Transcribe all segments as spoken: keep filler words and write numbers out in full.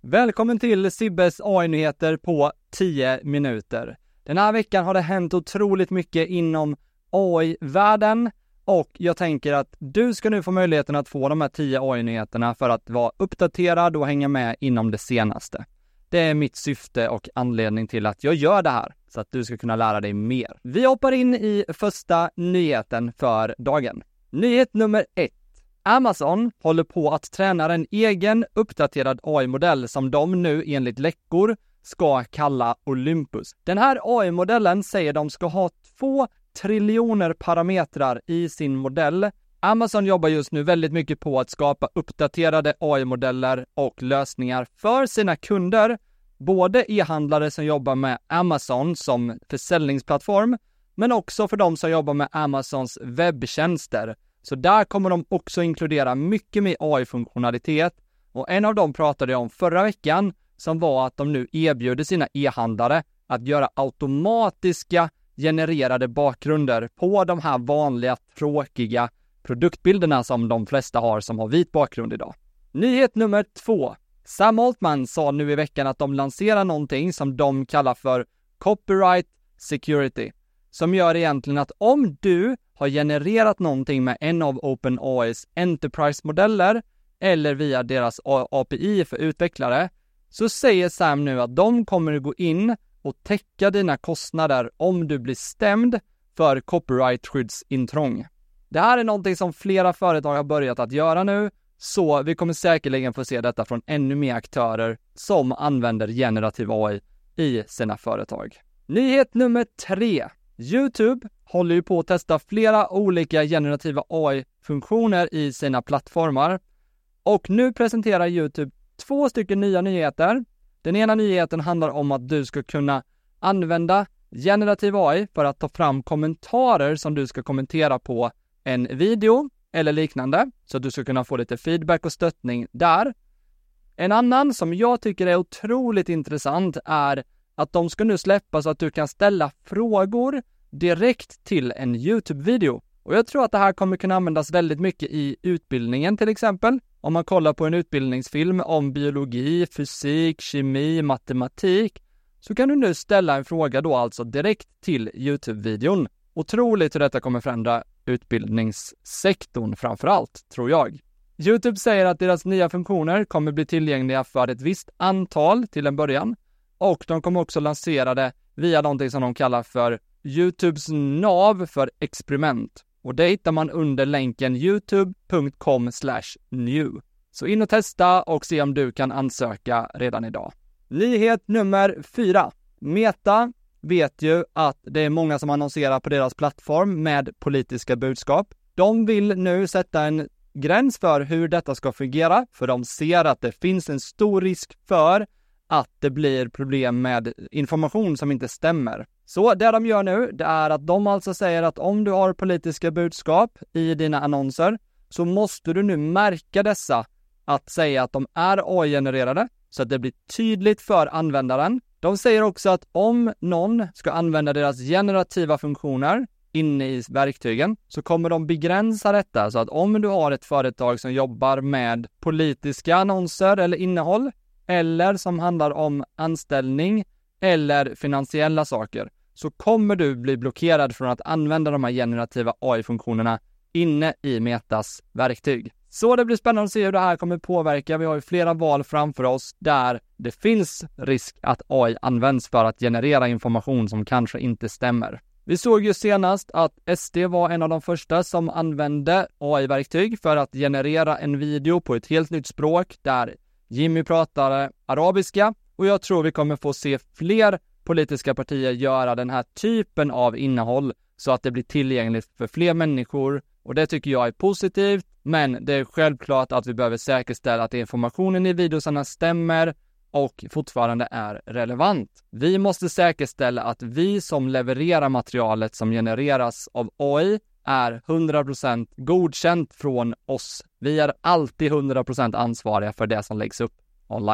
Välkommen till Sibbes A I-nyheter på tio minuter. Den här veckan har det hänt otroligt mycket inom A I-världen och jag tänker att du ska nu få möjligheten att få de här tio A I-nyheterna för att vara uppdaterad och hänga med inom det senaste. Det är mitt syfte och anledning till att jag gör det här, så att du ska kunna lära dig mer. Vi hoppar in i första nyheten för dagen. Nyhet nummer ett. Amazon håller på att träna en egen uppdaterad A I-modell som de nu enligt läckor ska kalla Olympus. Den här A I-modellen säger de ska ha två triljoner parametrar i sin modell. Amazon jobbar just nu väldigt mycket på att skapa uppdaterade A I-modeller och lösningar för sina kunder. Både e-handlare som jobbar med Amazon som försäljningsplattform, men också för de som jobbar med Amazons webbtjänster. Så där kommer de också inkludera mycket mer A I-funktionalitet. Och en av dem pratade jag om förra veckan, som var att de nu erbjuder sina e-handlare att göra automatiska genererade bakgrunder på de här vanliga tråkiga produktbilderna som de flesta har som har vit bakgrund idag. Nyhet nummer två. Sam Altman sa nu i veckan att de lanserar någonting som de kallar för Copyright Security. Som gör egentligen att om du har genererat någonting med en av OpenAIs Enterprise-modeller eller via deras A P I för utvecklare, så säger Sam nu att de kommer att gå in och täcka dina kostnader om du blir stämd för copyright-skyddsintrång. Det här är någonting som flera företag har börjat att göra nu, så vi kommer säkerligen få se detta från ännu mer aktörer som använder generativ A I i sina företag. Nyhet nummer tre. YouTube håller ju på att testa flera olika generativa A I-funktioner i sina plattformar. Och nu presenterar YouTube två stycken nya nyheter. Den ena nyheten handlar om att du ska kunna använda generativ A I för att ta fram kommentarer som du ska kommentera på en video eller liknande. Så att du ska kunna få lite feedback och stöttning där. En annan som jag tycker är otroligt intressant är att de ska nu släppa så att du kan ställa frågor direkt till en YouTube-video. Och jag tror att det här kommer kunna användas väldigt mycket i utbildningen till exempel. Om man kollar på en utbildningsfilm om biologi, fysik, kemi, matematik, så kan du nu ställa en fråga då alltså direkt till YouTube-videon. Otroligt hur detta kommer förändra utbildningssektorn framförallt, tror jag. YouTube säger att deras nya funktioner kommer bli tillgängliga för ett visst antal till en början. Och de kommer också lansera det via någonting som de kallar för YouTubes nav för experiment. Och det hittar man under länken youtube punkt com slash new. Så in och testa och se om du kan ansöka redan idag. Nyhet nummer fyra. Meta vet ju att det är många som annonserar på deras plattform med politiska budskap. De vill nu sätta en gräns för hur detta ska fungera, för de ser att det finns en stor risk för att det blir problem med information som inte stämmer. Så det de gör nu, det är att de alltså säger att om du har politiska budskap i dina annonser så måste du nu märka dessa att säga att de är A I-genererade så att det blir tydligt för användaren. De säger också att om någon ska använda deras generativa funktioner inne i verktygen så kommer de begränsa detta, så att om du har ett företag som jobbar med politiska annonser eller innehåll eller som handlar om anställning eller finansiella saker, så kommer du bli blockerad från att använda de här generativa A I-funktionerna inne i Metas verktyg. Så det blir spännande att se hur det här kommer påverka. Vi har ju flera val framför oss där det finns risk att A I används för att generera information som kanske inte stämmer. Vi såg ju senast att S D var en av de första som använde A I-verktyg för att generera en video på ett helt nytt språk där Jimmy pratade arabiska, och jag tror vi kommer få se fler politiska partier göra den här typen av innehåll så att det blir tillgängligt för fler människor, och det tycker jag är positivt, men det är självklart att vi behöver säkerställa att informationen i videosarna stämmer och fortfarande är relevant. Vi måste säkerställa att vi som levererar materialet som genereras av A I är hundra procent godkänt från oss. Vi är alltid hundra procent ansvariga för det som läggs upp online.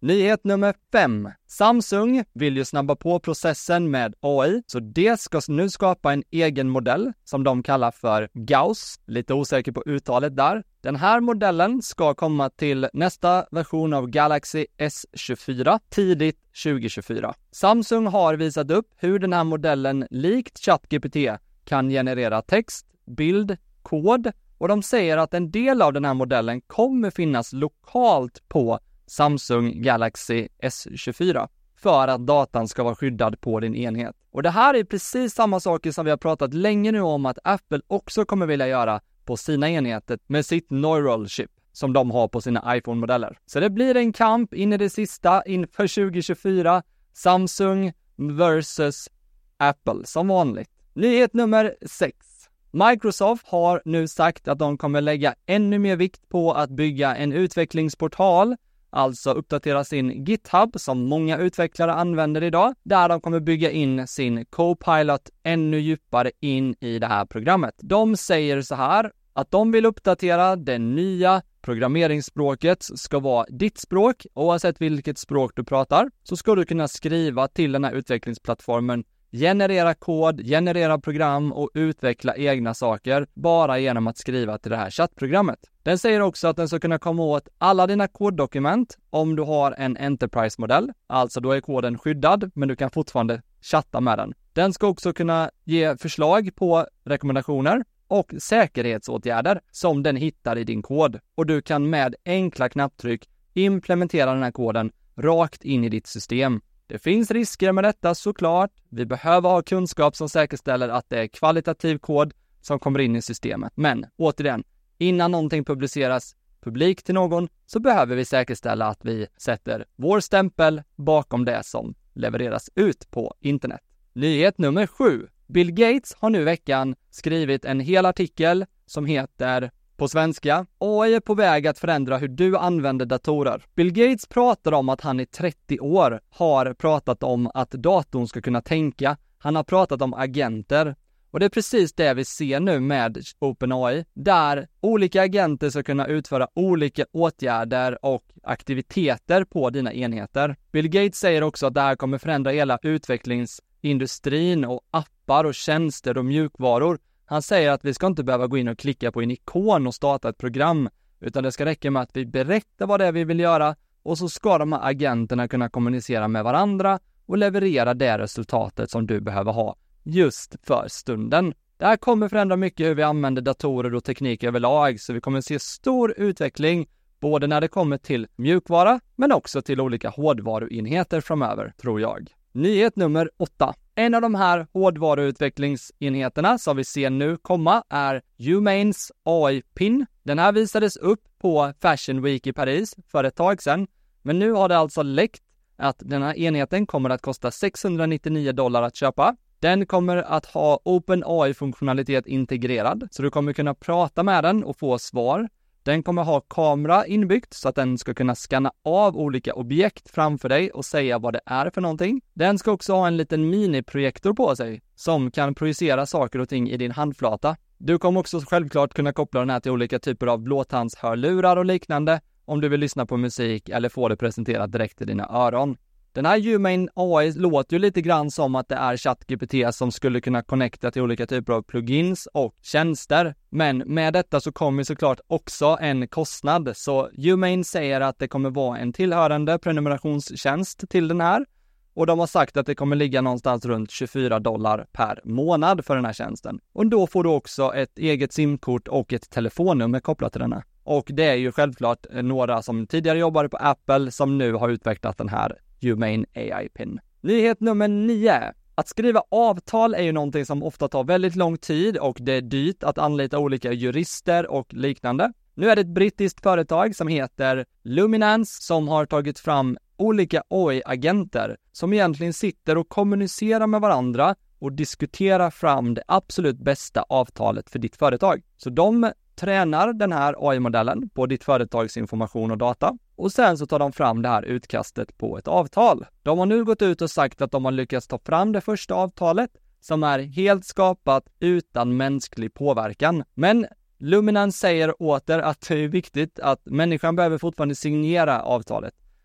Nyhet nummer fem. Samsung vill ju snabba på processen med A I, så det ska nu skapa en egen modell som de kallar för Gauss. Lite osäker på uttalet där. Den här modellen ska komma till nästa version av Galaxy S tjugofyra tidigt tjugo tjugofyra. Samsung har visat upp hur den här modellen likt ChatGPT kan generera text, bild, kod, och de säger att en del av den här modellen kommer finnas lokalt på Samsung Galaxy S tjugofyra för att datan ska vara skyddad på din enhet. Och det här är precis samma saker som vi har pratat länge nu om att Apple också kommer vilja göra på sina enheter med sitt Neural Chip som de har på sina iPhone-modeller. Så det blir en kamp in i det sista inför tjugo tjugofyra. Samsung versus Apple som vanligt. Nyhet nummer sex. Microsoft har nu sagt att de kommer lägga ännu mer vikt på att bygga en utvecklingsportal, alltså uppdatera sin GitHub som många utvecklare använder idag, där de kommer bygga in sin Copilot ännu djupare in i det här programmet. De säger så här att de vill uppdatera det nya programmeringsspråket ska vara ditt språk. Oavsett vilket språk du pratar så ska du kunna skriva till den här utvecklingsplattformen, generera kod, generera program och utveckla egna saker bara genom att skriva till det här chattprogrammet. Den säger också att den ska kunna komma åt alla dina koddokument om du har en Enterprise-modell. Alltså då är koden skyddad men du kan fortfarande chatta med den. Den ska också kunna ge förslag på rekommendationer och säkerhetsåtgärder som den hittar i din kod. Och du kan med enkla knapptryck implementera den här koden rakt in i ditt system. Det finns risker med detta såklart. Vi behöver ha kunskap som säkerställer att det är kvalitativ kod som kommer in i systemet. Men återigen, innan någonting publiceras publikt till någon så behöver vi säkerställa att vi sätter vår stämpel bakom det som levereras ut på internet. Nyhet nummer sju. Bill Gates har nu i veckan skrivit en hel artikel som heter på svenska: A I är på väg att förändra hur du använder datorer. Bill Gates pratar om att han i trettio år har pratat om att datorn ska kunna tänka. Han har pratat om agenter. Och det är precis det vi ser nu med OpenAI, där olika agenter ska kunna utföra olika åtgärder och aktiviteter på dina enheter. Bill Gates säger också att det här kommer förändra hela utvecklingsindustrin och appar och tjänster och mjukvaror. Han säger att vi ska inte behöva gå in och klicka på en ikon och starta ett program, utan det ska räcka med att vi berättar vad det är vi vill göra och så ska de här agenterna kunna kommunicera med varandra och leverera det resultatet som du behöver ha just för stunden. Det här kommer förändra mycket hur vi använder datorer och teknik överlag, så vi kommer se stor utveckling både när det kommer till mjukvara men också till olika hårdvaruenheter framöver, tror jag. Nyhet nummer åtta. En av de här hårdvaruutvecklingsenheterna som vi ser nu komma är Humains A I-pin. Den här visades upp på Fashion Week i Paris för ett tag sedan, men nu har det alltså läckt att den här enheten kommer att kosta sexhundranittionio dollar att köpa. Den kommer att ha OpenAI-funktionalitet integrerad, så du kommer kunna prata med den och få svar. Den kommer ha kamera inbyggt så att den ska kunna scanna av olika objekt framför dig och säga vad det är för någonting. Den ska också ha en liten miniprojektor på sig som kan projicera saker och ting i din handflata. Du kommer också självklart kunna koppla den här till olika typer av blåtandshörlurar och liknande om du vill lyssna på musik eller få det presenterat direkt i dina öron. Den här Humain A I låter ju lite grann som att det är ChatGPT som skulle kunna connecta till olika typer av plugins och tjänster. Men med detta så kommer såklart också en kostnad. Så Humain säger att det kommer vara en tillhörande prenumerationstjänst till den här. Och de har sagt att det kommer ligga någonstans runt tjugofyra dollar per månad för den här tjänsten. Och då får du också ett eget simkort och ett telefonnummer kopplat till den här. Och det är ju självklart några som tidigare jobbade på Apple som nu har utvecklat den här Humain A I-pin. Nyhet nummer nio. Att skriva avtal är ju någonting som ofta tar väldigt lång tid och det är dyrt att anlita olika jurister och liknande. Nu är det ett brittiskt företag som heter Luminance som har tagit fram olika A I-agenter som egentligen sitter och kommunicerar med varandra och diskuterar fram det absolut bästa avtalet för ditt företag. Så de tränar den här A I-modellen på ditt företags information och data och sen så tar de fram det här utkastet på ett avtal. De har nu gått ut och sagt att de har lyckats ta fram det första avtalet som är helt skapat utan mänsklig påverkan. Men Luminance säger åter att det är viktigt att människan behöver fortfarande signera avtalet.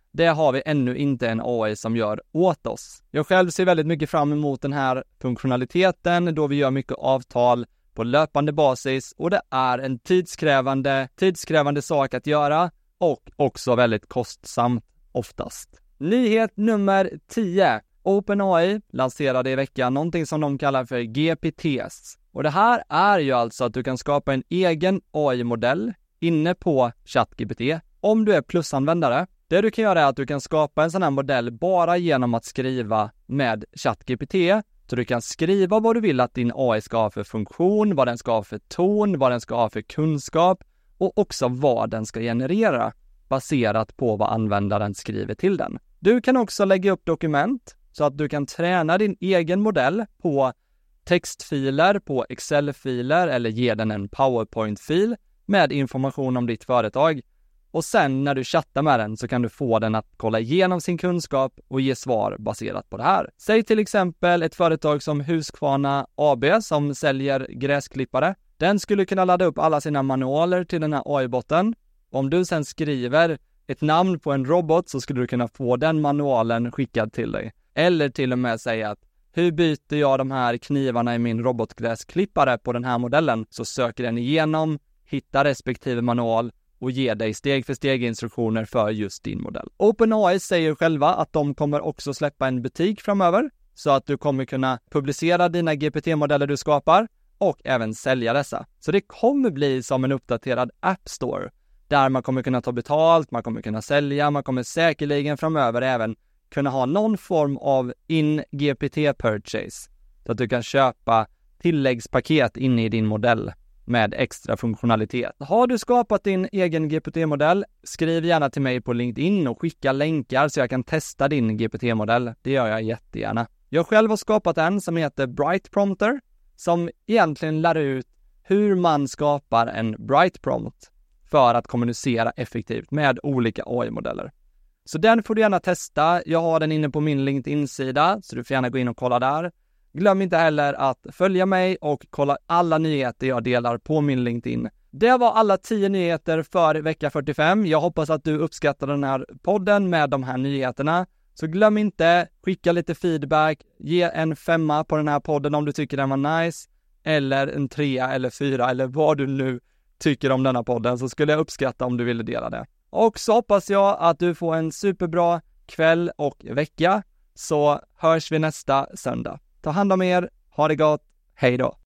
Det har vi ännu inte en A I som gör åt oss. Jag själv ser väldigt mycket fram emot den här funktionaliteten då vi gör mycket avtal på löpande basis och det är en tidskrävande, tidskrävande sak att göra och också väldigt kostsamt oftast. Nyhet nummer tio. OpenAI lanserade i veckan någonting som de kallar för G P Ts. Och det här är ju alltså att du kan skapa en egen A I-modell inne på ChatGPT om du är plusanvändare. Det du kan göra är att du kan skapa en sån här modell bara genom att skriva med ChatGPT. Så du kan skriva vad du vill att din A I ska ha för funktion, vad den ska ha för ton, vad den ska ha för kunskap och också vad den ska generera baserat på vad användaren skriver till den. Du kan också lägga upp dokument så att du kan träna din egen modell på textfiler, på Excel-filer eller ge den en PowerPoint-fil med information om ditt företag. Och sen när du chattar med den så kan du få den att kolla igenom sin kunskap och ge svar baserat på det här. Säg till exempel ett företag som Husqvarna A B som säljer gräsklippare. Den skulle kunna ladda upp alla sina manualer till den här A I-botten. Om du sen skriver ett namn på en robot så skulle du kunna få den manualen skickad till dig. Eller till och med säga att hur byter jag de här knivarna i min robotgräsklippare på den här modellen? Så söker den igenom, hittar respektive manual och ger dig steg för steg instruktioner för just din modell. OpenAI säger själva att de kommer också släppa en butik framöver så att du kommer kunna publicera dina G P T-modeller du skapar och även sälja dessa. Så det kommer bli som en uppdaterad App Store där man kommer kunna ta betalt, man kommer kunna sälja, man kommer säkerligen framöver även kunna ha någon form av in-G P T-purchase så att du kan köpa tilläggspaket inne i din modell med extra funktionalitet. Har du skapat din egen G P T-modell, skriv gärna till mig på LinkedIn och skicka länkar så jag kan testa din G P T-modell. Det gör jag jättegärna. Jag själv har skapat en som heter Bright Prompter som egentligen lär ut hur man skapar en Bright Prompt för att kommunicera effektivt med olika A I-modeller. Så den får du gärna testa. Jag har den inne på min LinkedIn-sida så du får gärna gå in och kolla där. Glöm inte heller att följa mig och kolla alla nyheter jag delar på min LinkedIn. Det var alla tio nyheter för vecka fyrtiofem. Jag hoppas att du uppskattar den här podden med de här nyheterna. Så glöm inte, skicka lite feedback, ge en femma på den här podden om du tycker den var nice. Eller en trea eller fyra eller vad du nu tycker om denna podden så skulle jag uppskatta om du ville dela det. Och så hoppas jag att du får en superbra kväll och vecka så hörs vi nästa söndag. Ta hand om er, ha det gott, hej då!